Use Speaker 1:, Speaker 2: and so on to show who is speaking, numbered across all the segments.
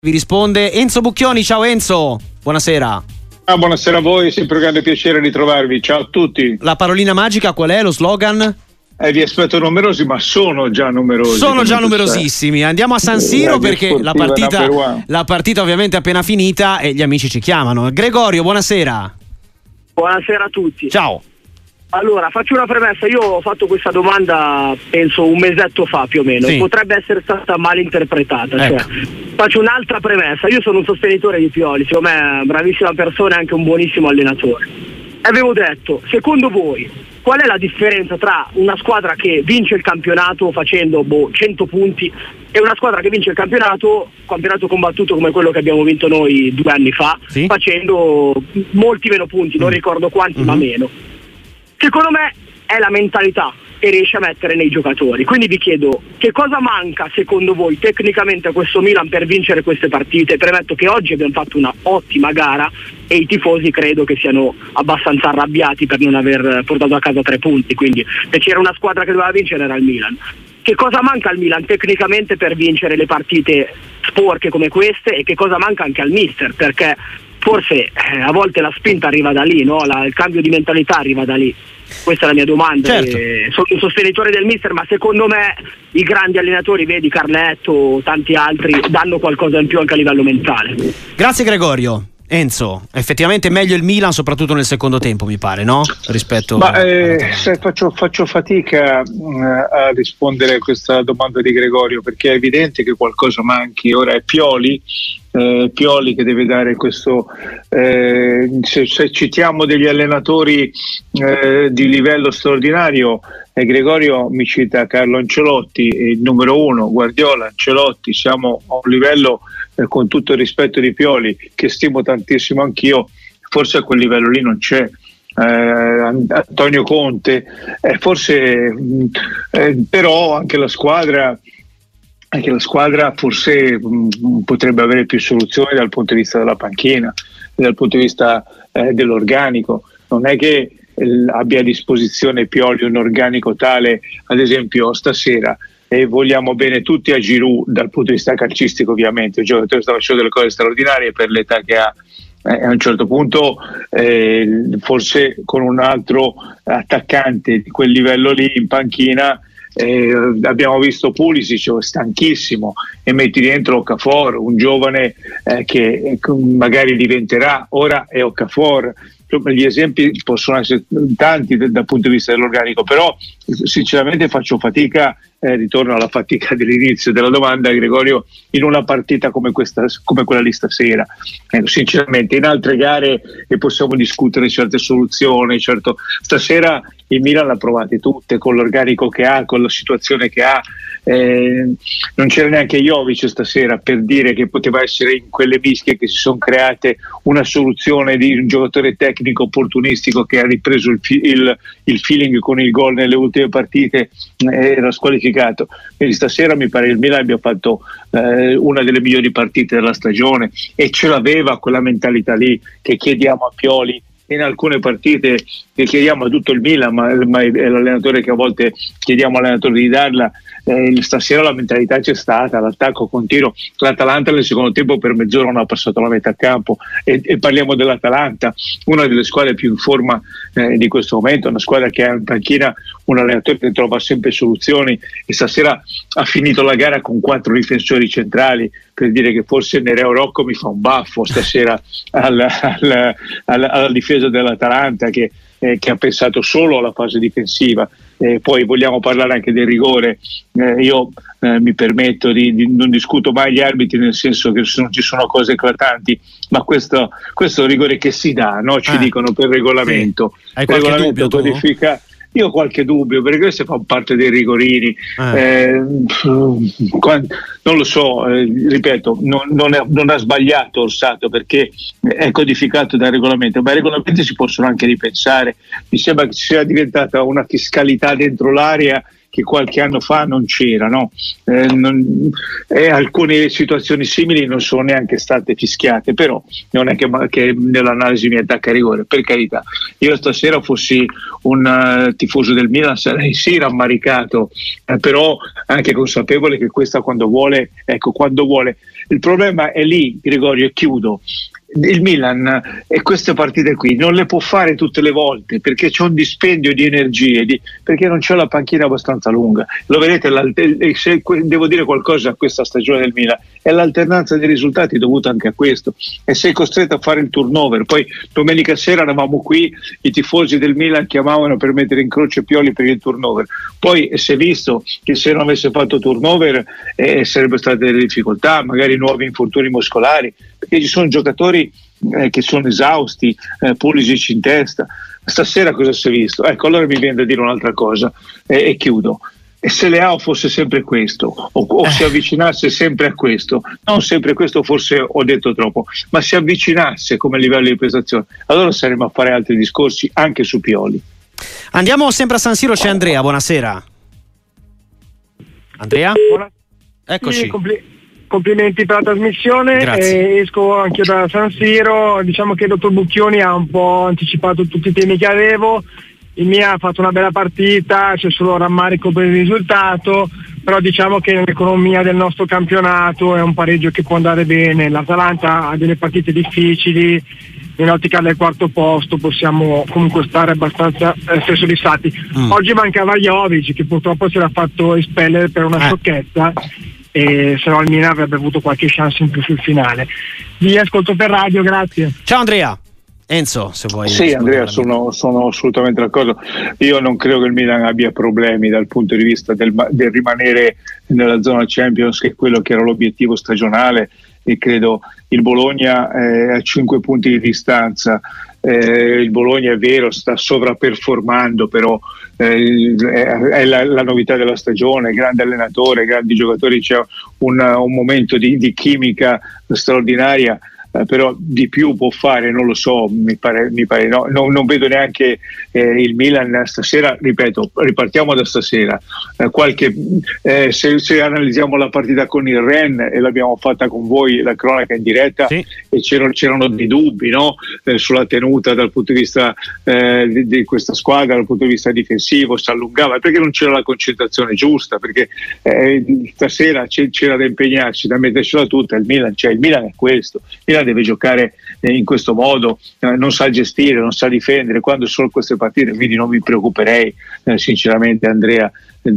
Speaker 1: Vi risponde Enzo Bucchioni. Ciao Enzo, buonasera.
Speaker 2: Buonasera a voi, è sempre un grande piacere ritrovarvi. Ciao a tutti.
Speaker 1: La parolina magica qual è? Lo slogan?
Speaker 2: Vi aspetto numerosi, ma sono già numerosi.
Speaker 1: Sono già numerosissimi. Andiamo a San Siro perché la partita ovviamente è appena finita e gli amici ci chiamano. Gregorio, buonasera.
Speaker 3: Buonasera a tutti.
Speaker 1: Ciao.
Speaker 3: Allora, faccio una premessa. Io ho fatto questa domanda penso un mesetto fa più o meno.
Speaker 1: Sì.
Speaker 3: Potrebbe essere stata mal interpretata.
Speaker 1: Ecco.
Speaker 3: Cioè, faccio un'altra premessa. Io sono un sostenitore di Pioli, secondo me è una bravissima persona e anche un buonissimo allenatore. E avevo detto, secondo voi qual è la differenza tra una squadra che vince il campionato facendo 100 punti e una squadra che vince il campionato combattuto come quello che abbiamo vinto noi 2 anni fa,
Speaker 1: sì,
Speaker 3: facendo molti meno punti, non ricordo quanti, ma meno. Secondo me è la mentalità che riesce a mettere nei giocatori. Quindi vi chiedo, che cosa manca secondo voi tecnicamente a questo Milan per vincere queste partite? Premetto che oggi abbiamo fatto una ottima gara e i tifosi credo che siano abbastanza arrabbiati per non aver portato a casa 3 punti, quindi se c'era una squadra che doveva vincere era il Milan. Che cosa manca al Milan tecnicamente per vincere le partite sporche come queste e che cosa manca anche al mister? Perché forse a volte la spinta arriva da lì, no? Il cambio di mentalità arriva da lì. Questa è la mia domanda.
Speaker 1: Certo.
Speaker 3: Sono un sostenitore del mister, ma secondo me i grandi allenatori, vedi Carletto, tanti altri, danno qualcosa in più anche a livello mentale.
Speaker 1: Grazie Gregorio. Enzo, effettivamente meglio il Milan soprattutto nel secondo tempo, mi pare, no? Rispetto
Speaker 2: faccio fatica a rispondere a questa domanda di Gregorio, perché è evidente che qualcosa manchi. Ora è Pioli che deve dare questo, se citiamo degli allenatori di livello straordinario, Gregorio mi cita Carlo Ancelotti, il numero 1, Guardiola, Ancelotti, siamo a un livello, con tutto il rispetto di Pioli, che stimo tantissimo anch'io, forse a quel livello lì non c'è. Antonio Conte, però anche la squadra forse potrebbe avere più soluzioni dal punto di vista della panchina, dal punto di vista dell'organico. Non è che abbia a disposizione Pioli un organico tale, ad esempio stasera, e vogliamo bene tutti a Giroud dal punto di vista calcistico, ovviamente il giocatore sta facendo delle cose straordinarie per l'età che ha. A un certo punto forse con un altro attaccante di quel livello lì in panchina, abbiamo visto Pulisic stanchissimo e metti dentro Okafor, un giovane che magari diventerà, ora è Okafor. Gli esempi possono essere tanti dal punto di vista dell'organico, però sinceramente faccio fatica, ritorno alla fatica dell'inizio della domanda, Gregorio, in una partita come quella di stasera. Sinceramente in altre gare possiamo discutere certe soluzioni, certo stasera il Milan l'ha provate tutte con l'organico che ha, con la situazione che ha. Non c'era neanche Jovic stasera, per dire che poteva essere in quelle mischie che si sono create una soluzione di un giocatore tecnico opportunistico che ha ripreso il feeling con il gol nelle ultime partite, era squalificato. Quindi stasera mi pare il Milan abbia fatto una delle migliori partite della stagione e ce l'aveva quella mentalità lì che chiediamo a Pioli in alcune partite, che chiediamo a tutto il Milan, ma è l'allenatore che a volte chiediamo all'allenatore di darla. Stasera la mentalità c'è stata, l'attacco continuo. L'Atalanta nel secondo tempo per mezz'ora non ha passato la metà campo e parliamo dell'Atalanta, una delle squadre più in forma di questo momento, una squadra che ha in panchina un allenatore che trova sempre soluzioni, e stasera ha finito la gara con 4 difensori centrali, per dire che forse Nereo Rocco mi fa un baffo stasera alla difesa dell'Atalanta che ha pensato solo alla fase difensiva. Poi vogliamo parlare anche del rigore. Io mi permetto non discuto mai gli arbitri, nel senso che non ci sono cose eclatanti, ma questo rigore che si dà, no? Ci dicono per regolamento.
Speaker 1: Sì. Hai qualche dubbio tu?
Speaker 2: Codifica. Io ho qualche dubbio, perché queste fanno parte dei rigorini. Non lo so, ripeto, non ha sbagliato Orsato, perché è codificato dal regolamento, ma i regolamenti si possono anche ripensare. Mi sembra che ci sia diventata una fiscalità dentro l'area che qualche anno fa non c'era, no? Alcune situazioni simili non sono neanche state fischiate, però non è che nell'analisi mi attacca a rigore, per carità. Io stasera fossi un tifoso del Milan sarei sì rammaricato, però anche consapevole che questa quando vuole. Il problema è lì, Gregorio, e chiudo. Il Milan e queste partite qui non le può fare tutte le volte perché c'è un dispendio di energie, perché non c'è la panchina abbastanza lunga. Lo vedete, se devo dire qualcosa a questa stagione del Milan è l'alternanza dei risultati dovuta anche a questo, e sei costretto a fare il turnover. Poi domenica sera eravamo qui, i tifosi del Milan chiamavano per mettere in croce Pioli per il turnover, poi si è visto che se non avesse fatto turnover sarebbero state delle difficoltà, magari nuovi infortuni muscolari, perché ci sono giocatori che sono esausti, Pulisic in testa. Stasera cosa si è visto? Ecco, allora mi viene da dire un'altra cosa e chiudo. E se Leao fosse sempre questo o si avvicinasse sempre a questo, non sempre questo, forse ho detto troppo, ma si avvicinasse come livello di prestazione, allora saremo a fare altri discorsi anche su Pioli.
Speaker 1: Andiamo sempre a San Siro, c'è Andrea, buonasera. Andrea? Eccoci.
Speaker 4: Sì, complimenti per la trasmissione. Esco anche da San Siro. Diciamo che il dottor Bucchioni ha un po' anticipato tutti i temi che avevo. Il Milan ha fatto una bella partita, c'è solo rammarico per il risultato, però diciamo che nell'economia del nostro campionato è un pareggio che può andare bene. L'Atalanta ha delle partite difficili, in ottica del quarto posto possiamo comunque stare abbastanza soddisfatti. Oggi mancava Jovic, che purtroppo si era fatto espellere per una sciocchezza, e se no il Milan avrebbe avuto qualche chance in più sul finale. Vi ascolto per radio, grazie.
Speaker 1: Ciao Andrea. Enzo, se vuoi.
Speaker 2: Sì, Andrea, sono assolutamente d'accordo. Io non credo che il Milan abbia problemi dal punto di vista del rimanere nella zona Champions, che è quello che era l'obiettivo stagionale, e credo il Bologna a 5 punti di distanza. Il Bologna è vero, sta sovraperformando, però è la novità della stagione, grande allenatore, grandi giocatori, c'è un momento di chimica straordinaria. Però di più può fare, non lo so, mi pare no, non vedo neanche il Milan stasera. Ripeto, ripartiamo da stasera, se analizziamo la partita con il Rennes, e l'abbiamo fatta con voi la cronaca in diretta, sì, e c'erano dei dubbi, no? Sulla tenuta dal punto di vista di questa squadra, dal punto di vista difensivo, si allungava perché non c'era la concentrazione giusta, perché stasera c'era da impegnarsi, da mettercela tutta. Il Milan è questo, il Milan deve giocare in questo modo, non sa gestire, non sa difendere quando sono queste partite, quindi non mi preoccuperei sinceramente, Andrea,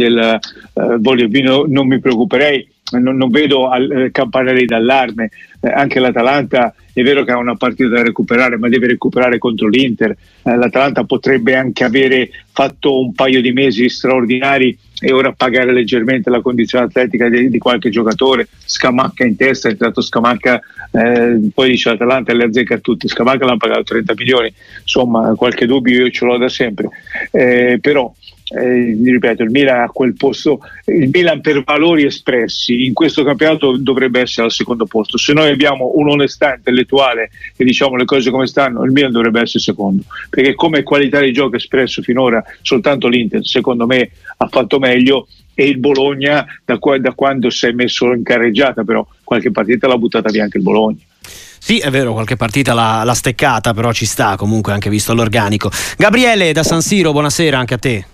Speaker 2: non mi preoccuperei, non vedo campanelli d'allarme. Anche l'Atalanta è vero che ha una partita da recuperare, ma deve recuperare contro l'Inter. L'Atalanta potrebbe anche avere fatto un paio di mesi straordinari e ora pagare leggermente la condizione atletica di qualche giocatore. Scamacca in testa, è entrato Scamacca, poi dice l'Atalanta e le azzecca a tutti. Scamacca l'hanno pagato 30 milioni, insomma qualche dubbio io ce l'ho da sempre, però ripeto, il Milan a quel posto, il Milan per valori espressi in questo campionato dovrebbe essere al secondo posto. Se noi abbiamo un'onestà intellettuale e diciamo le cose come stanno, il Milan dovrebbe essere secondo, perché come qualità di gioco espresso finora soltanto l'Inter secondo me ha fatto meglio, e il Bologna da quando si è messo in carreggiata, però qualche partita l'ha buttata via anche il Bologna.
Speaker 1: Sì, è vero, qualche partita l'ha steccata, però ci sta comunque, anche visto l'organico. Gabriele da San Siro, buonasera anche a te.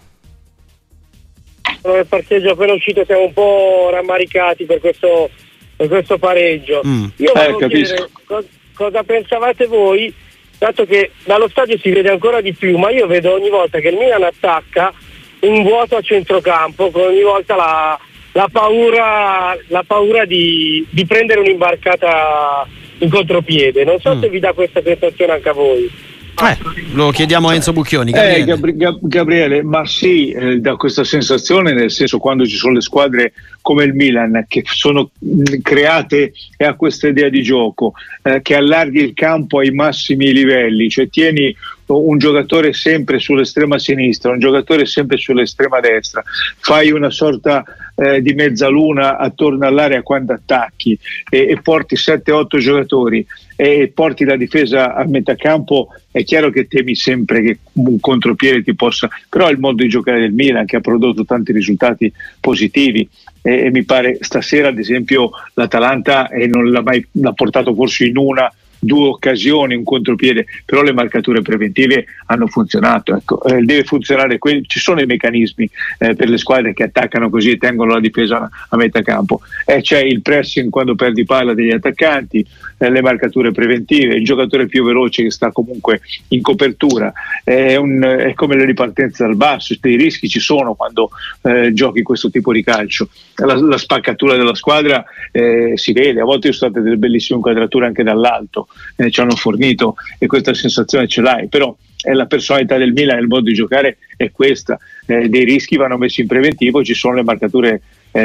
Speaker 4: Nel parcheggio appena uscito siamo un po' rammaricati per questo pareggio. Io volevo chiedere cosa pensavate voi, dato che dallo stadio si vede ancora di più, ma io vedo ogni volta che il Milan attacca un vuoto a centrocampo, con ogni volta la paura di prendere un'imbarcata in contropiede. Non so se vi dà questa sensazione anche a voi.
Speaker 1: Lo chiediamo a Enzo Bucchioni.
Speaker 2: Gabriele, ma sì, da questa sensazione, nel senso, quando ci sono le squadre come il Milan che sono create e ha questa idea di gioco, che allarghi il campo ai massimi livelli, cioè tieni un giocatore sempre sull'estrema sinistra, un giocatore sempre sull'estrema destra, fai una sorta di mezzaluna attorno all'area quando attacchi e porti 7-8 giocatori e porti la difesa a metà campo, è chiaro che temi sempre che un contropiede ti possa, però è il modo di giocare del Milan che ha prodotto tanti risultati positivi e mi pare stasera ad esempio l'Atalanta non l'ha portato forse in 1-2 occasioni, un contropiede, però le marcature preventive hanno funzionato, ecco. Deve funzionare, ci sono i meccanismi per le squadre che attaccano così e tengono la difesa a metà campo, c'è il pressing quando perdi palla degli attaccanti, le marcature preventive, il giocatore più veloce che sta comunque in copertura, è come le ripartenze dal basso, dei rischi ci sono quando giochi questo tipo di calcio, la spaccatura della squadra si vede, a volte sono state delle bellissime inquadrature anche dall'alto, ci hanno fornito e questa sensazione ce l'hai, però è la personalità del Milan, il modo di giocare è questa, dei rischi vanno messi in preventivo, ci sono le marcature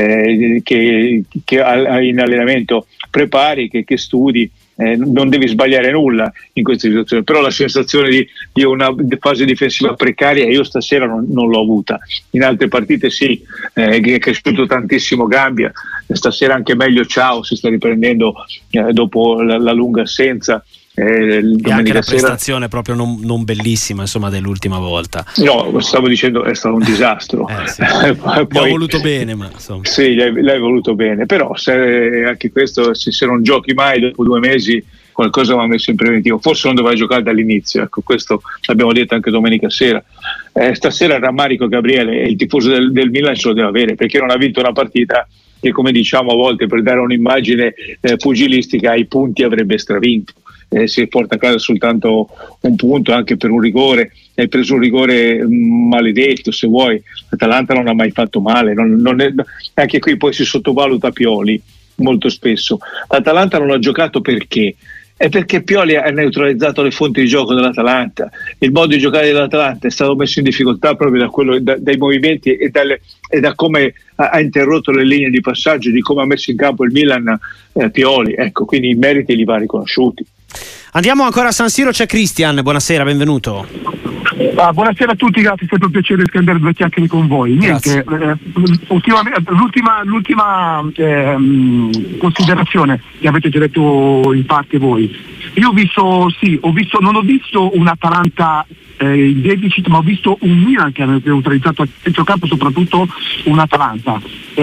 Speaker 2: che in allenamento prepari, che studi, non devi sbagliare nulla in queste situazioni, però la sensazione di una fase difensiva precaria io stasera non l'ho avuta, in altre partite sì, che è cresciuto tantissimo Gambia, stasera anche meglio Ciao, si sta riprendendo dopo la lunga assenza.
Speaker 1: E anche la prestazione proprio non bellissima insomma dell'ultima volta.
Speaker 2: No, stavo dicendo è stato un disastro.
Speaker 1: Sì. Poi voluto bene, ma insomma.
Speaker 2: Sì, l'hai voluto bene, però anche questo se non giochi mai dopo 2 mesi qualcosa va messo in preventivo, forse non dovrai giocare dall'inizio, ecco, questo l'abbiamo detto anche domenica sera. Stasera il rammarico Gabriele e il tifoso del Milan ce lo deve avere perché non ha vinto una partita che, come diciamo a volte per dare un'immagine pugilistica, ai punti avrebbe stravinto. Si porta a casa soltanto un punto anche per un rigore, hai preso un rigore maledetto se vuoi, l'Atalanta non ha mai fatto male, anche qui poi si sottovaluta Pioli molto spesso, l'Atalanta non ha giocato perché? È perché Pioli ha neutralizzato le fonti di gioco dell'Atalanta, il modo di giocare dell'Atalanta è stato messo in difficoltà proprio dai movimenti e da come ha interrotto le linee di passaggio, di come ha messo in campo il Milan Pioli, ecco, quindi i meriti li va riconosciuti.
Speaker 1: Andiamo ancora a San Siro, c'è Cristian, buonasera, benvenuto.
Speaker 4: Buonasera a tutti, grazie, è stato un piacere scambiare 2 chiacchiere con voi. Niente, l'ultima considerazione che avete già detto in parte voi. Io non ho visto un Atalanta in deficit, ma ho visto un Milan che ha neutralizzato a centrocampo, soprattutto un Atalanta.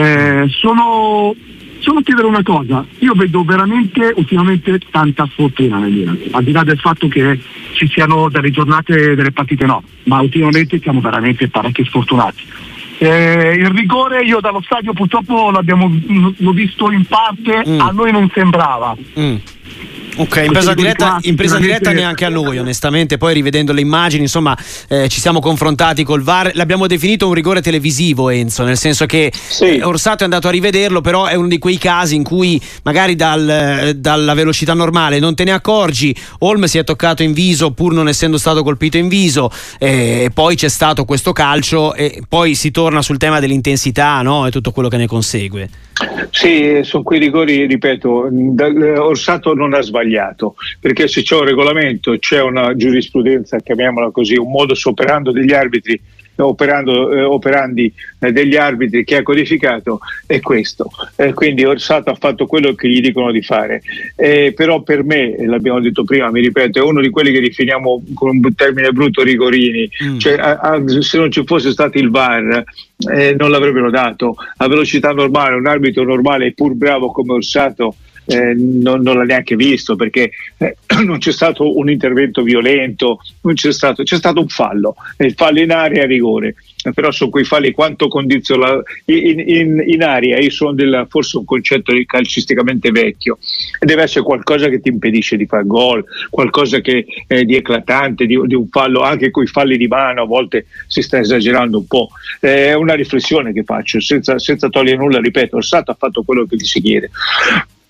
Speaker 4: Solo chiedere una cosa, io vedo veramente ultimamente tanta sfortuna nel Milan, al di là del fatto che ci siano delle giornate, delle partite no, ma ultimamente siamo veramente parecchio sfortunati. Il rigore io dallo stadio purtroppo l'ho visto in parte, a noi non sembrava.
Speaker 1: Ok, in presa diretta neanche a noi onestamente, poi rivedendo le immagini insomma ci siamo confrontati col VAR, l'abbiamo definito un rigore televisivo, Enzo, nel senso che sì. Orsato è andato a rivederlo, però è uno di quei casi in cui magari dalla velocità normale non te ne accorgi, Olm si è toccato in viso pur non essendo stato colpito in viso, e poi c'è stato questo calcio e poi si torna sul tema dell'intensità, no? E tutto quello che ne consegue.
Speaker 2: Sì, sono quei rigori, ripeto, Orsato non ha sbagliato, perché se c'è un regolamento, c'è una giurisprudenza, chiamiamola così, un modus operandi degli arbitri, operandi degli arbitri che ha codificato è questo, quindi Orsato ha fatto quello che gli dicono di fare, però per me, l'abbiamo detto prima, mi ripeto, è uno di quelli che definiamo con un termine brutto rigorini, cioè se non ci fosse stato il VAR non l'avrebbero dato a velocità normale, un arbitro normale pur bravo come Orsato non l'ha neanche visto, perché non c'è stato un intervento violento, c'è stato un fallo, il fallo in area a rigore, però sono quei falli quanto condiziona in area. Io sono forse un concetto calcisticamente vecchio, deve essere qualcosa che ti impedisce di fare gol, qualcosa che è di eclatante, di un fallo, anche coi falli di mano a volte si sta esagerando un po', è una riflessione che faccio senza togliere nulla, ripeto, Orsato ha fatto quello che gli si chiede.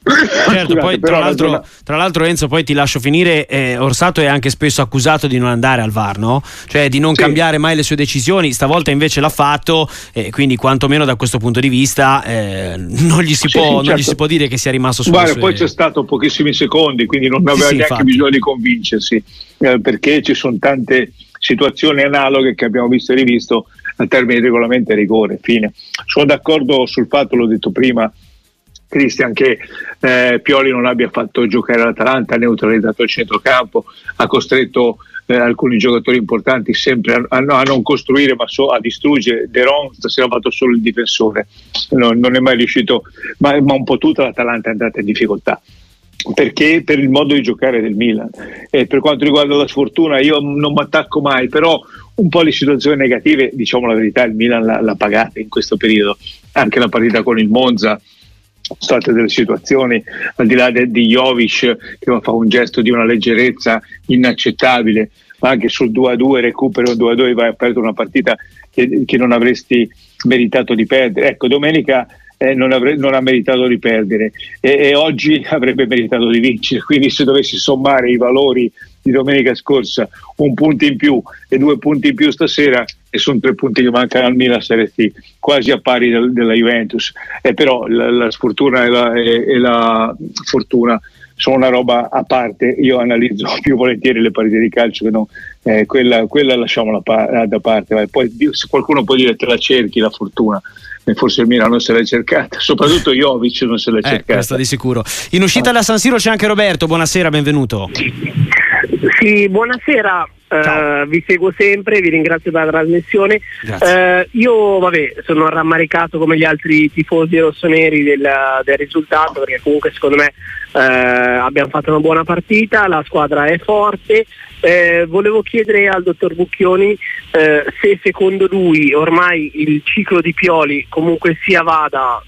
Speaker 1: Certo, poi tra l'altro Enzo, poi ti lascio finire, Orsato è anche spesso accusato di non andare al VAR, no? Cioè di non cambiare mai le sue decisioni, stavolta invece l'ha fatto, quindi quantomeno da questo punto di vista non gli si può dire che sia rimasto sulle sue...
Speaker 2: Poi c'è stato pochissimi secondi, quindi non aveva neanche bisogno di convincersi, perché ci sono tante situazioni analoghe che abbiamo visto e rivisto a termini di regolamento e rigore. Fine. Sono d'accordo sul fatto, l'ho detto prima Cristian, che Pioli non abbia fatto giocare l'Atalanta, ha neutralizzato il centrocampo, ha costretto alcuni giocatori importanti sempre a non costruire ma a distruggere. De Ron stasera ha fatto solo il difensore, non è mai riuscito, ma un po' tutta l'Atalanta è andata in difficoltà, perché per il modo di giocare del Milan. Per quanto riguarda la sfortuna, io non mi attacco mai, però un po' le situazioni negative, diciamo la verità, il Milan l'ha pagata in questo periodo. Anche la partita con il Monza, sono state delle situazioni, al di là di Jovic che fa un gesto di una leggerezza inaccettabile, ma anche sul 2-2, recupero 2-2 e vai a perdere una partita che non avresti meritato di perdere. Ecco, domenica non ha meritato di perdere e oggi avrebbe meritato di vincere, quindi se dovessi sommare i valori di domenica scorsa, 1 punto in più e 2 punti in più stasera, e sono 3 punti che mancano al Milan, saresti quasi a pari della Juventus. Però la sfortuna e la fortuna sono una roba a parte. Io analizzo più volentieri le partite di calcio che no, quella lasciamola da parte. Poi se qualcuno può dire te la cerchi la fortuna, forse il Milan non se l'è cercata, soprattutto Jovic non se l'è cercata.
Speaker 1: Questo di sicuro. In uscita da San Siro c'è anche Roberto, buonasera, benvenuto.
Speaker 5: Sì, buonasera. Vi seguo sempre, vi ringrazio per la trasmissione. Io sono rammaricato come gli altri tifosi rossoneri del risultato, perché comunque secondo me abbiamo fatto una buona partita, la squadra è forte. Volevo chiedere al dottor Bucchioni se secondo lui ormai il ciclo di Pioli comunque sia vada,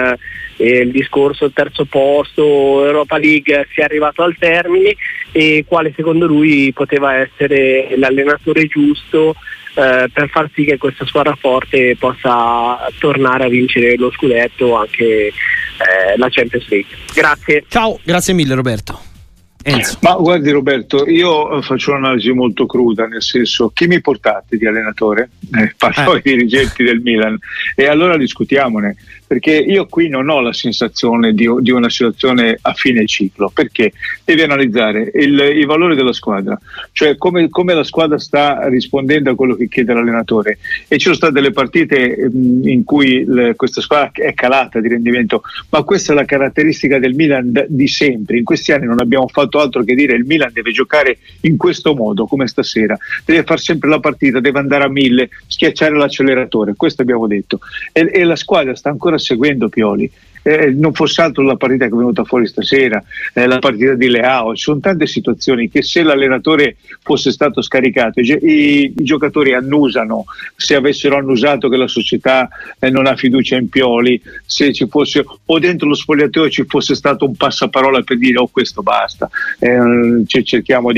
Speaker 5: il discorso del terzo posto, Europa League, sia arrivato al termine, e quale secondo lui poteva essere l'allenatore giusto per far sì che questa squadra forte possa tornare a vincere lo scudetto, anche la Champions League. Grazie.
Speaker 1: Ciao, grazie mille Roberto. Enzo.
Speaker 2: Ma guardi Roberto, io faccio un'analisi molto cruda, nel senso, chi mi portate di allenatore? Parlo ai dirigenti del Milan, e allora discutiamone, perché io qui non ho la sensazione di una situazione a fine ciclo, perché devi analizzare i valori della squadra, cioè come la squadra sta rispondendo a quello che chiede l'allenatore, e ci sono state delle partite in cui questa squadra è calata di rendimento, ma questa è la caratteristica del Milan di sempre. In questi anni non abbiamo fatto altro che dire il Milan deve giocare in questo modo, come stasera, deve fare sempre la partita, deve andare a 1000, schiacciare l'acceleratore, questo abbiamo detto, e la squadra sta ancora seguendo Pioli. Non fosse altro la partita che è venuta fuori stasera, la partita di Leao, ci sono tante situazioni che se l'allenatore fosse stato scaricato, i giocatori annusano, se avessero annusato che la società non ha fiducia in Pioli, se ci fosse, o dentro lo spogliatoio ci fosse stato un passaparola per dire questo basta, cerchiamo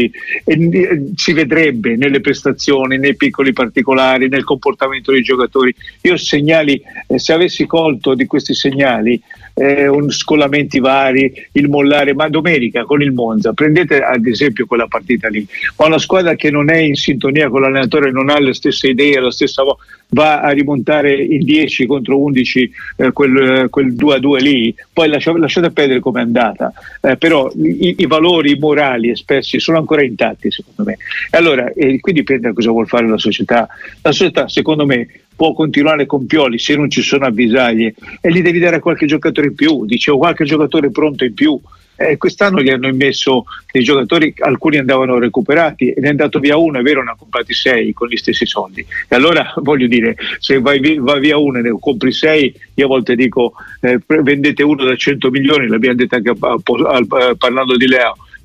Speaker 2: si vedrebbe nelle prestazioni, nei piccoli particolari, nel comportamento dei giocatori. Io segnali, se avessi colto di questi segnali, scollamenti vari, il mollare, ma domenica con il Monza, prendete ad esempio quella partita lì, ma una squadra che non è in sintonia con l'allenatore, non ha le stesse idee, la stessa va a rimontare il 10 contro 11, quel 2-2 lì, poi lasciate perdere come è andata, però i valori morali espressi sono ancora intatti secondo me. E allora qui dipende da cosa vuol fare la società. La società secondo me può continuare con Pioli se non ci sono avvisaglie, e gli devi dare qualche giocatore in più, dicevo, qualche giocatore pronto in più. Quest'anno gli hanno immesso dei giocatori, alcuni andavano recuperati, e ne è andato via uno, è vero, ne ha comprati 6 con gli stessi soldi, e allora voglio dire, se va via uno e ne compri 6, io a volte dico vendete uno da 100 milioni, l'abbiamo detto anche parlando di Leao,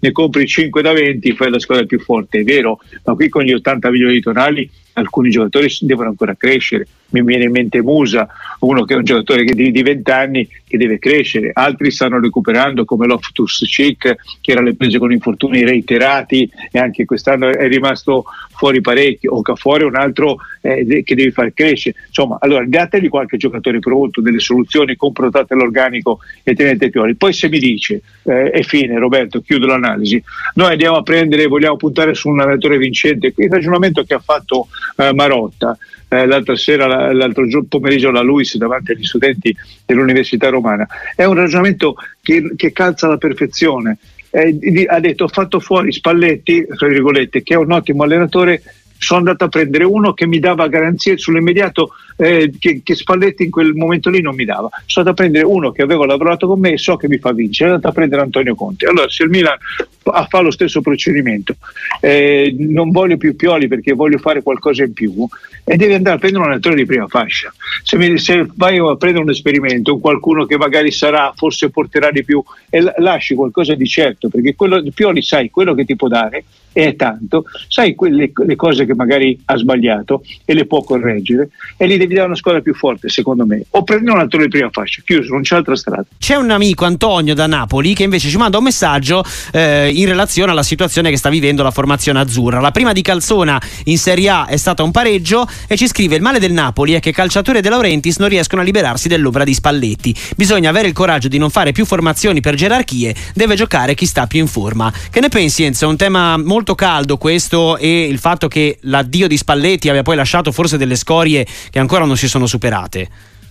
Speaker 2: ne compri 5 da 20, fai la squadra più forte, è vero, ma qui con gli 80 milioni di tonali alcuni giocatori devono ancora crescere. Mi viene in mente Musa, uno che è un giocatore di 20 anni che deve crescere, altri stanno recuperando come Loftus-Cheek, che era alle prese con infortuni reiterati e anche quest'anno è rimasto fuori parecchio, Okafor è un altro che devi far crescere. Insomma, allora dategli qualche giocatore pronto, delle soluzioni, completate l'organico e tenete Pioli. Poi se mi dice è fine, Roberto, chiudo l'analisi, noi andiamo a prendere, vogliamo puntare su un allenatore vincente, il ragionamento che ha fatto Marotta l'altra sera, l'altro pomeriggio alla Luis davanti agli studenti dell'Università Romana, è un ragionamento che calza alla perfezione. Ha detto: ho fatto fuori Spalletti, tra virgolette, che è un ottimo allenatore, sono andato a prendere uno che mi dava garanzie sull'immediato che Spalletti in quel momento lì non mi dava. Sono andato a prendere uno che avevo lavorato con me e so che mi fa vincere. Sono andato a prendere Antonio Conte. Allora, se il Milan fa lo stesso procedimento, non voglio più Pioli perché voglio fare qualcosa in più, e devi andare a prendere un allenatore di prima fascia. Se vai a prendere un esperimento, qualcuno che magari forse porterà di più, e lasci qualcosa di certo, perché Pioli sai quello che ti può dare e è tanto, sai le cose che magari ha sbagliato e le può correggere, e gli devi dare una squadra più forte, secondo me, o prendi un allenatore di prima fascia, chiuso, non c'è altra strada.
Speaker 1: C'è un amico, Antonio da Napoli, che invece ci manda un messaggio in relazione alla situazione che sta vivendo la formazione azzurra. La prima di Calzona in Serie A è stata un pareggio, e ci scrive: il male del Napoli è che calciatori De Laurentiis non riescono a liberarsi dell'ombra di Spalletti, bisogna avere il coraggio di non fare più formazioni per gerarchie, deve giocare chi sta più in forma. Che ne pensi, Enzo? È un tema molto caldo questo, e il fatto che l'addio di Spalletti abbia poi lasciato forse delle scorie che ancora non si sono superate.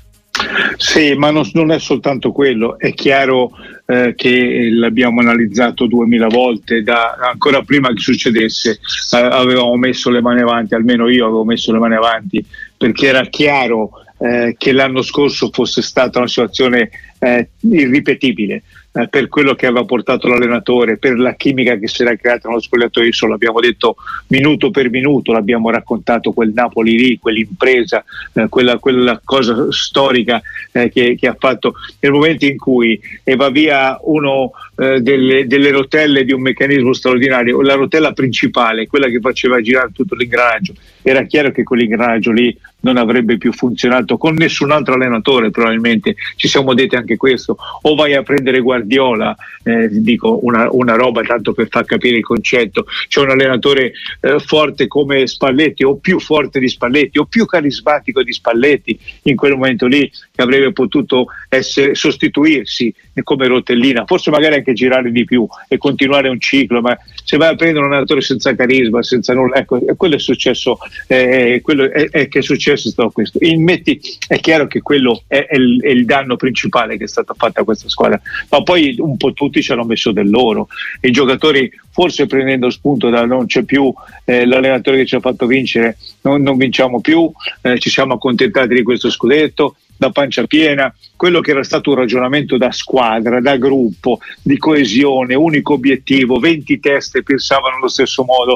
Speaker 2: Sì, ma non è soltanto quello, è chiaro che l'abbiamo analizzato 2000 volte, ancora prima che succedesse avevamo messo le mani avanti, almeno io avevo messo le mani avanti, perché era chiaro che l'anno scorso fosse stata una situazione irripetibile, per quello che aveva portato l'allenatore, per la chimica che si era creata nello spogliatoio. L'abbiamo detto minuto per minuto, l'abbiamo raccontato quel Napoli lì, quell'impresa, quella cosa storica che ha fatto nel momento in cui va via uno delle rotelle di un meccanismo straordinario, la rotella principale, quella che faceva girare tutto l'ingranaggio. Era chiaro che quell'ingranaggio lì non avrebbe più funzionato con nessun altro allenatore, probabilmente. Ci siamo detti anche questo: o vai a prendere Guardiola, dico una roba tanto per far capire il concetto, c'è un allenatore forte come Spalletti, o più forte di Spalletti, o più carismatico di Spalletti in quel momento lì, che avrebbe potuto sostituirsi come rotellina, forse magari anche girare di più e continuare un ciclo. Ma se vai a prendere un allenatore senza carisma, senza nulla, ecco, quello è successo, quello è che è successo, è stato questo. È chiaro che quello è il danno principale che è stato fatto a questa squadra, ma poi un po' tutti ci hanno messo del loro, i giocatori forse prendendo spunto da non c'è più l'allenatore che ci ha fatto vincere, non vinciamo più, ci siamo accontentati di questo scudetto da pancia piena. Quello che era stato un ragionamento da squadra, da gruppo, di coesione, unico obiettivo, 20 teste pensavano allo stesso modo,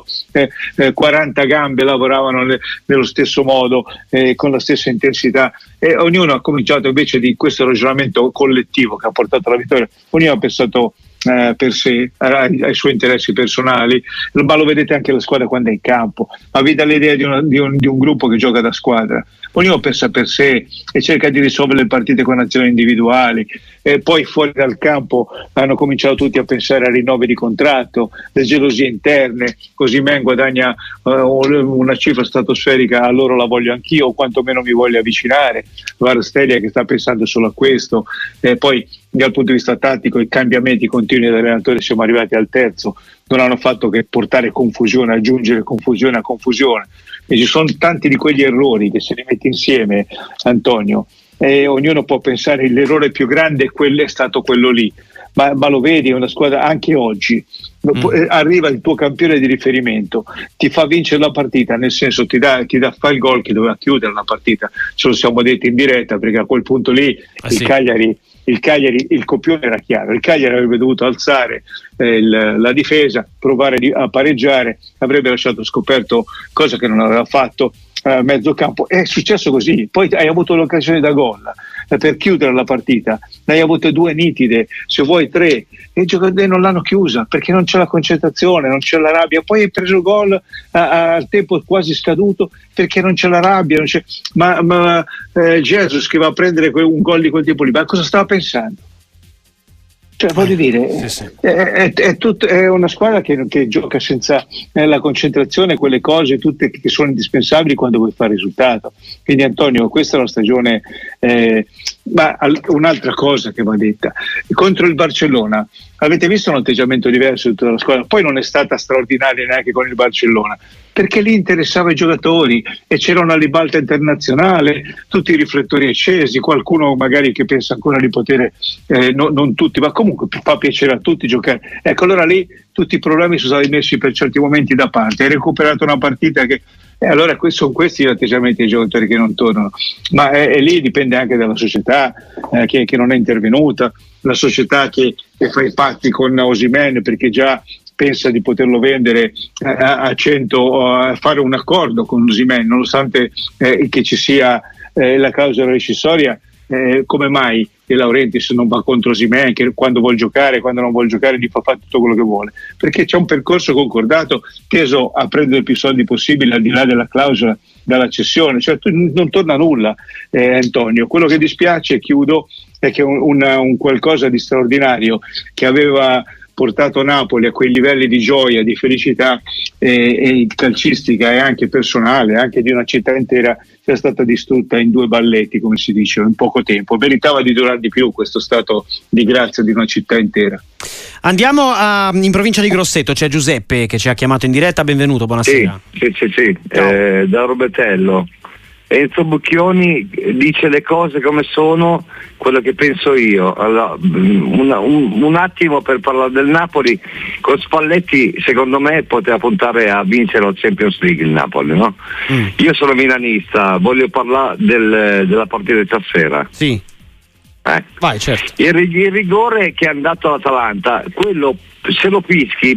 Speaker 2: 40 gambe lavoravano nello stesso modo, con la stessa intensità, e ognuno ha cominciato, invece di questo ragionamento collettivo che ha portato alla vittoria, ognuno ha pensato per sé, ai suoi interessi personali. Ma lo vedete anche la squadra quando è in campo, ma vi dà l'idea di un gruppo che gioca da squadra. Ognuno pensa per sé e cerca di risolvere le partite con azioni individuali, e poi fuori dal campo hanno cominciato tutti a pensare a rinnovi di contratto, le gelosie interne. Osimhen guadagna una cifra stratosferica, allora la voglio anch'io, o quantomeno mi voglio avvicinare. Kvaratskhelia che sta pensando solo a questo, poi dal punto di vista tattico i cambiamenti continui dell'allenatore, siamo arrivati al terzo, non hanno fatto che portare confusione, aggiungere confusione a confusione, e ci sono tanti di quegli errori che, se li metti insieme, Antonio, ognuno può pensare l'errore più grande è stato quello lì, ma lo vedi, è una squadra anche oggi. Arriva il tuo campione di riferimento, ti fa vincere la partita, nel senso ti fa il gol che doveva chiudere la partita, ce lo siamo detti in diretta, perché a quel punto lì il Cagliari, il copione era chiaro, il Cagliari avrebbe dovuto alzare la difesa, provare a pareggiare, avrebbe lasciato scoperto, cosa che non aveva fatto, mezzo campo. È successo così, poi hai avuto l'occasione da gol per chiudere la partita ne hai avute 2 nitide, se vuoi 3, e i giocatori non l'hanno chiusa perché non c'è la concentrazione, non c'è la rabbia. Poi hai preso il gol al tempo quasi scaduto perché non c'è la rabbia, non c'è... ma Jesus che va a prendere un gol di quel tipo lì, ma cosa stava pensando? Cioè, voglio dire, sì. È una squadra che gioca senza la concentrazione, quelle cose tutte che sono indispensabili quando vuoi fare risultato. Quindi Antonio, questa è una stagione, ma un'altra cosa che va detta, contro il Barcellona avete visto un atteggiamento diverso di tutta la squadra, poi non è stata straordinaria neanche con il Barcellona, perché lì interessava i giocatori e c'era una ribalta internazionale, tutti i riflettori accesi, qualcuno magari che pensa ancora di poter, non tutti, ma comunque fa piacere a tutti giocare. Ecco, allora lì tutti i problemi sono stati messi per certi momenti da parte, hai recuperato una partita che... allora sono questi gli atteggiamenti dei giocatori che non tornano, ma lì dipende anche dalla società che non è intervenuta, la società che fa i patti con Osimhen perché già pensa di poterlo vendere a 100, fare un accordo con Osimhen nonostante che ci sia la clausola rescissoria. Come mai De Laurentiis non va contro Osimhen, che quando vuol giocare, quando non vuol giocare gli fa fare tutto quello che vuole? Perché c'è un percorso concordato teso a prendere più soldi possibile al di là della clausola dalla cessione, cioè non torna nulla. Antonio, quello che dispiace, chiudo, è che un qualcosa di straordinario che aveva portato Napoli a quei livelli di gioia, di felicità e calcistica e anche personale, anche di una città intera, sia stata distrutta in 2 balletti, come si dice, in poco tempo. Meritava di durare di più questo stato di grazia di una città intera.
Speaker 1: Andiamo in provincia di Grosseto, c'è Giuseppe che ci ha chiamato in diretta, benvenuto, buonasera.
Speaker 6: Sì. Da Robetello. Enzo Bucchioni dice le cose come sono, quello che penso io. Allora, un attimo per parlare del Napoli, con Spalletti secondo me poteva puntare a vincere la Champions League il Napoli, no? Io sono milanista, voglio parlare della partita di stasera.
Speaker 1: Sì. Vai, certo.
Speaker 6: Il rigore che è andato all'Atalanta, quello se lo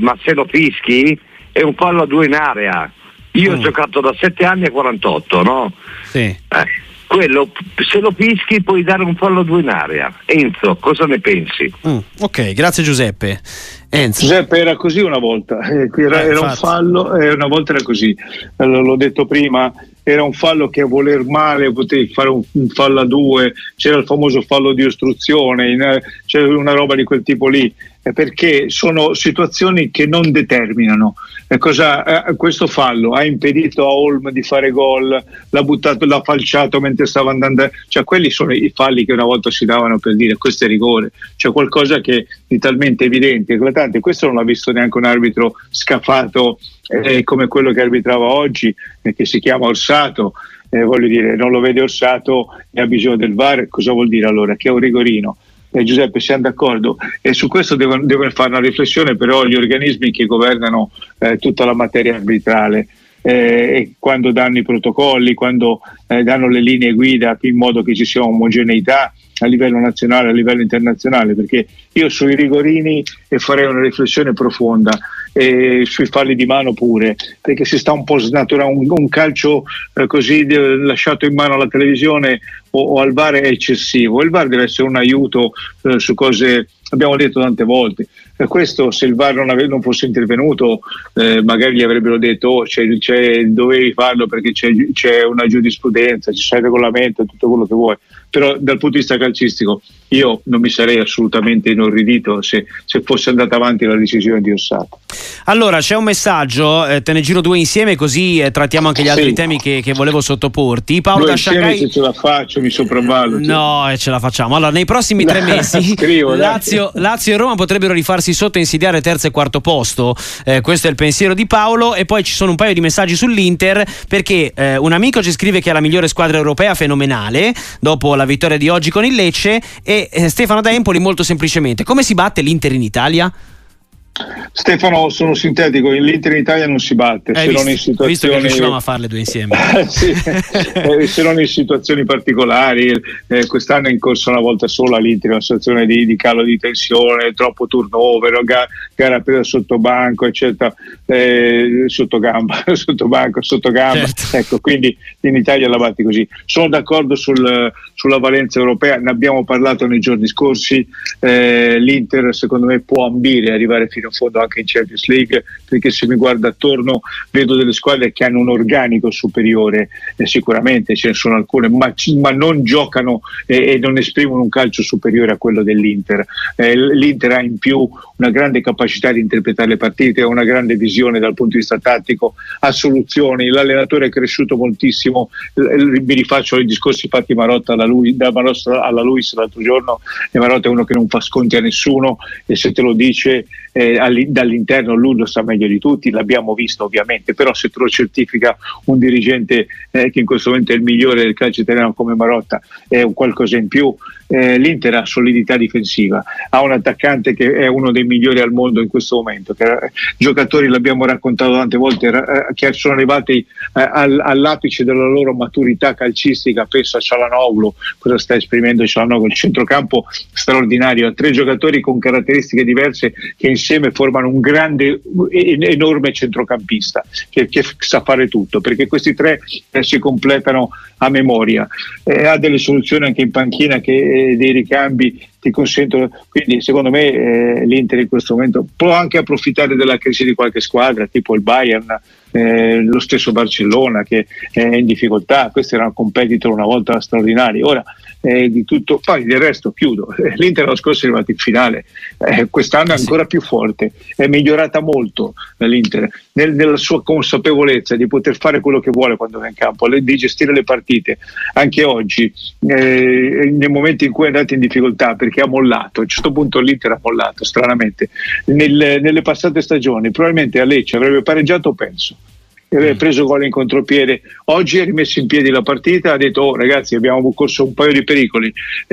Speaker 6: fischi è un fallo a 2 in area. Io ho giocato da 7 anni a 48, no?
Speaker 1: Sì.
Speaker 6: Quello, se lo fischi puoi dare un fallo a 2 in area. Enzo, cosa ne pensi?
Speaker 1: Ok, grazie Giuseppe. Enzo.
Speaker 2: Giuseppe, era così una volta, era un fallo, una volta era così, l'ho detto prima, era un fallo che a voler male potevi fare un fallo a 2, c'era il famoso fallo di ostruzione, c'era una roba di quel tipo lì, perché sono situazioni che non determinano. Questo fallo ha impedito a Olm di fare gol, l'ha falciato mentre stava andando, cioè quelli sono i falli che una volta si davano per dire questo è rigore, cioè qualcosa che è talmente evidente, eclatante. Questo non l'ha visto neanche un arbitro scafato come quello che arbitrava oggi, che si chiama Orsato, voglio dire, non lo vede Orsato e ha bisogno del VAR. Cosa vuol dire allora? Che è un rigorino? Giuseppe, siamo d'accordo, e su questo devono fare una riflessione però gli organismi che governano tutta la materia arbitrale, e quando danno i protocolli, quando danno le linee guida in modo che ci sia omogeneità a livello nazionale, a livello internazionale, perché io sui rigorini farei una riflessione profonda, e sui falli di mano pure, perché si sta un po' snaturando. Un calcio così lasciato in mano alla televisione o al VAR è eccessivo. Il VAR deve essere un aiuto su cose, abbiamo detto tante volte. Questo, se il VAR non fosse intervenuto, magari gli avrebbero detto dovevi farlo perché c'è una giurisprudenza, c'è il regolamento, tutto quello che vuoi. Però dal punto di vista calcistico io non mi sarei assolutamente inorridito se fosse andata avanti la decisione di Orsato.
Speaker 1: Allora c'è un messaggio, te ne giro 2 insieme così trattiamo anche gli altri temi che volevo sottoporti. Paolo da Shanghai,
Speaker 2: se ce la faccio mi sopravvaluto.
Speaker 1: No, ce la facciamo. Allora nei prossimi 3 mesi Lazio e Roma potrebbero rifarsi sotto e insidiare terzo e quarto posto, questo è il pensiero di Paolo. E poi ci sono un paio di messaggi sull'Inter, perché un amico ci scrive che è la migliore squadra europea, fenomenale, dopo la vittoria di oggi con il Lecce. E Stefano da Empoli, molto semplicemente, come si batte l'Inter in Italia?
Speaker 2: Stefano, sono sintetico, l'Inter in Italia non si batte, se non in situazioni...
Speaker 1: Visto che riuscivamo a farle due insieme.
Speaker 2: Sì, se non in situazioni particolari. Quest'anno è in corso una volta sola l'Inter, una situazione di calo di tensione, troppo turnover, gara presa sotto banco, eccetera, sotto gamba, certo. Ecco, quindi in Italia la batti così. Sono d'accordo sulla valenza europea, ne abbiamo parlato nei giorni scorsi. L'Inter secondo me può ambire a arrivare fino in fondo anche in Champions League, perché se mi guardo attorno vedo delle squadre che hanno un organico superiore, sicuramente ce ne sono alcune, ma non giocano e non esprimono un calcio superiore a quello dell'Inter. L'Inter ha in più una grande capacità di interpretare le partite, una grande visione dal punto di vista tattico, ha soluzioni, l'allenatore è cresciuto moltissimo. Mi rifaccio ai discorsi fatti Marotta alla Luis l'altro giorno, e Marotta è uno che non fa sconti a nessuno, e se te lo dice dall'interno lui lo sa meglio di tutti, l'abbiamo visto ovviamente, però se te lo certifica un dirigente che in questo momento è il migliore del calcio italiano come Marotta, è un qualcosa in più. L'Inter ha solidità difensiva, ha un attaccante che è uno dei migliori al mondo in questo momento, giocatori, l'abbiamo raccontato tante volte, che sono arrivati all'apice della loro maturità calcistica. Penso a Çalhanoğlu, cosa sta esprimendo Çalhanoğlu, il centrocampo straordinario, ha 3 giocatori con caratteristiche diverse che insieme formano un grande, enorme centrocampista che sa fare tutto, perché questi 3 si completano a memoria. Ha delle soluzioni anche in panchina, dei ricambi ti consentono, quindi secondo me l'Inter in questo momento può anche approfittare della crisi di qualche squadra, tipo il Bayern, lo stesso Barcellona che è in difficoltà. Questi erano competitor una volta straordinari. Ora di tutto, poi del resto chiudo. L'Inter l'anno scorso è arrivato in finale, quest'anno è ancora più forte, è migliorata molto l'Inter nella sua consapevolezza di poter fare quello che vuole quando va in campo, di gestire le partite. Anche oggi nei momenti in cui è andato in difficoltà, perché ha mollato, a un certo punto l'Inter ha mollato stranamente nelle passate stagioni, probabilmente a Lecce avrebbe pareggiato, penso, aveva preso gol in contropiede. Oggi ha rimesso in piedi la partita, ha detto ragazzi, abbiamo corso un paio di pericoli,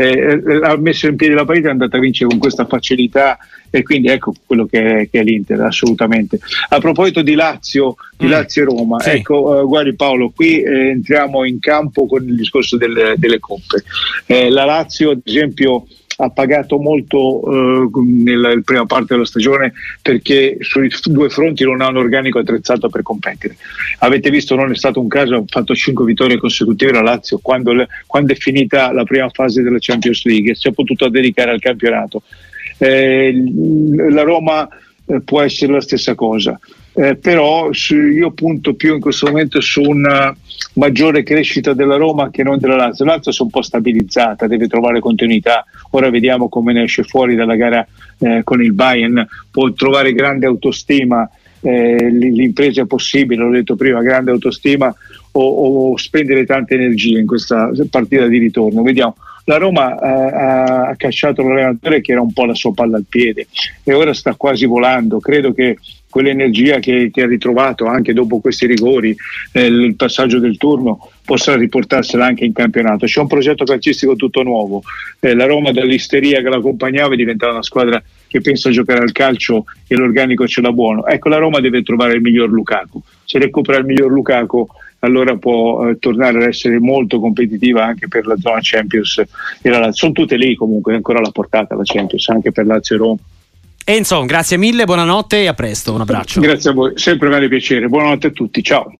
Speaker 2: ha messo in piedi la partita, è andata a vincere con questa facilità, e quindi ecco quello che è l'Inter, assolutamente. A proposito di Lazio e Roma, sì. Ecco, guardi Paolo, qui entriamo in campo con il discorso delle coppe. La Lazio ad esempio ha pagato molto nella prima parte della stagione, perché sui 2 fronti non ha un organico attrezzato per competere. Avete visto, non è stato un caso, ha fatto 5 vittorie consecutive la Lazio quando è finita la prima fase della Champions League, si è potuto dedicare al campionato. La Roma può essere la stessa cosa, però io punto più in questo momento su una maggiore crescita della Roma che non della Lazio. La Lazio si è un po' stabilizzata, deve trovare continuità. Ora vediamo come ne esce fuori dalla gara con il Bayern, può trovare grande autostima, l'impresa è possibile, l'ho detto prima, grande autostima o spendere tante energie in questa partita di ritorno. Vediamo. La Roma ha cacciato l'allenatore che era un po' la sua palla al piede e ora sta quasi volando. Credo che quell'energia che ha ritrovato anche dopo questi rigori, il passaggio del turno, possa riportarsela anche in campionato. C'è un progetto calcistico tutto nuovo. La Roma, dall'isteria che l'accompagnava, è diventata una squadra che pensa a giocare al calcio e l'organico ce l'ha buono. Ecco, la Roma deve trovare il miglior Lukaku. Se recupera il miglior Lukaku, allora può tornare ad essere molto competitiva anche per la zona Champions. Sono tutte lì comunque, è ancora alla portata la Champions, anche per Lazio e Roma.
Speaker 1: Enzo, grazie mille, buonanotte e a presto, un abbraccio.
Speaker 2: Grazie a voi, sempre un grande piacere, buonanotte a tutti, ciao.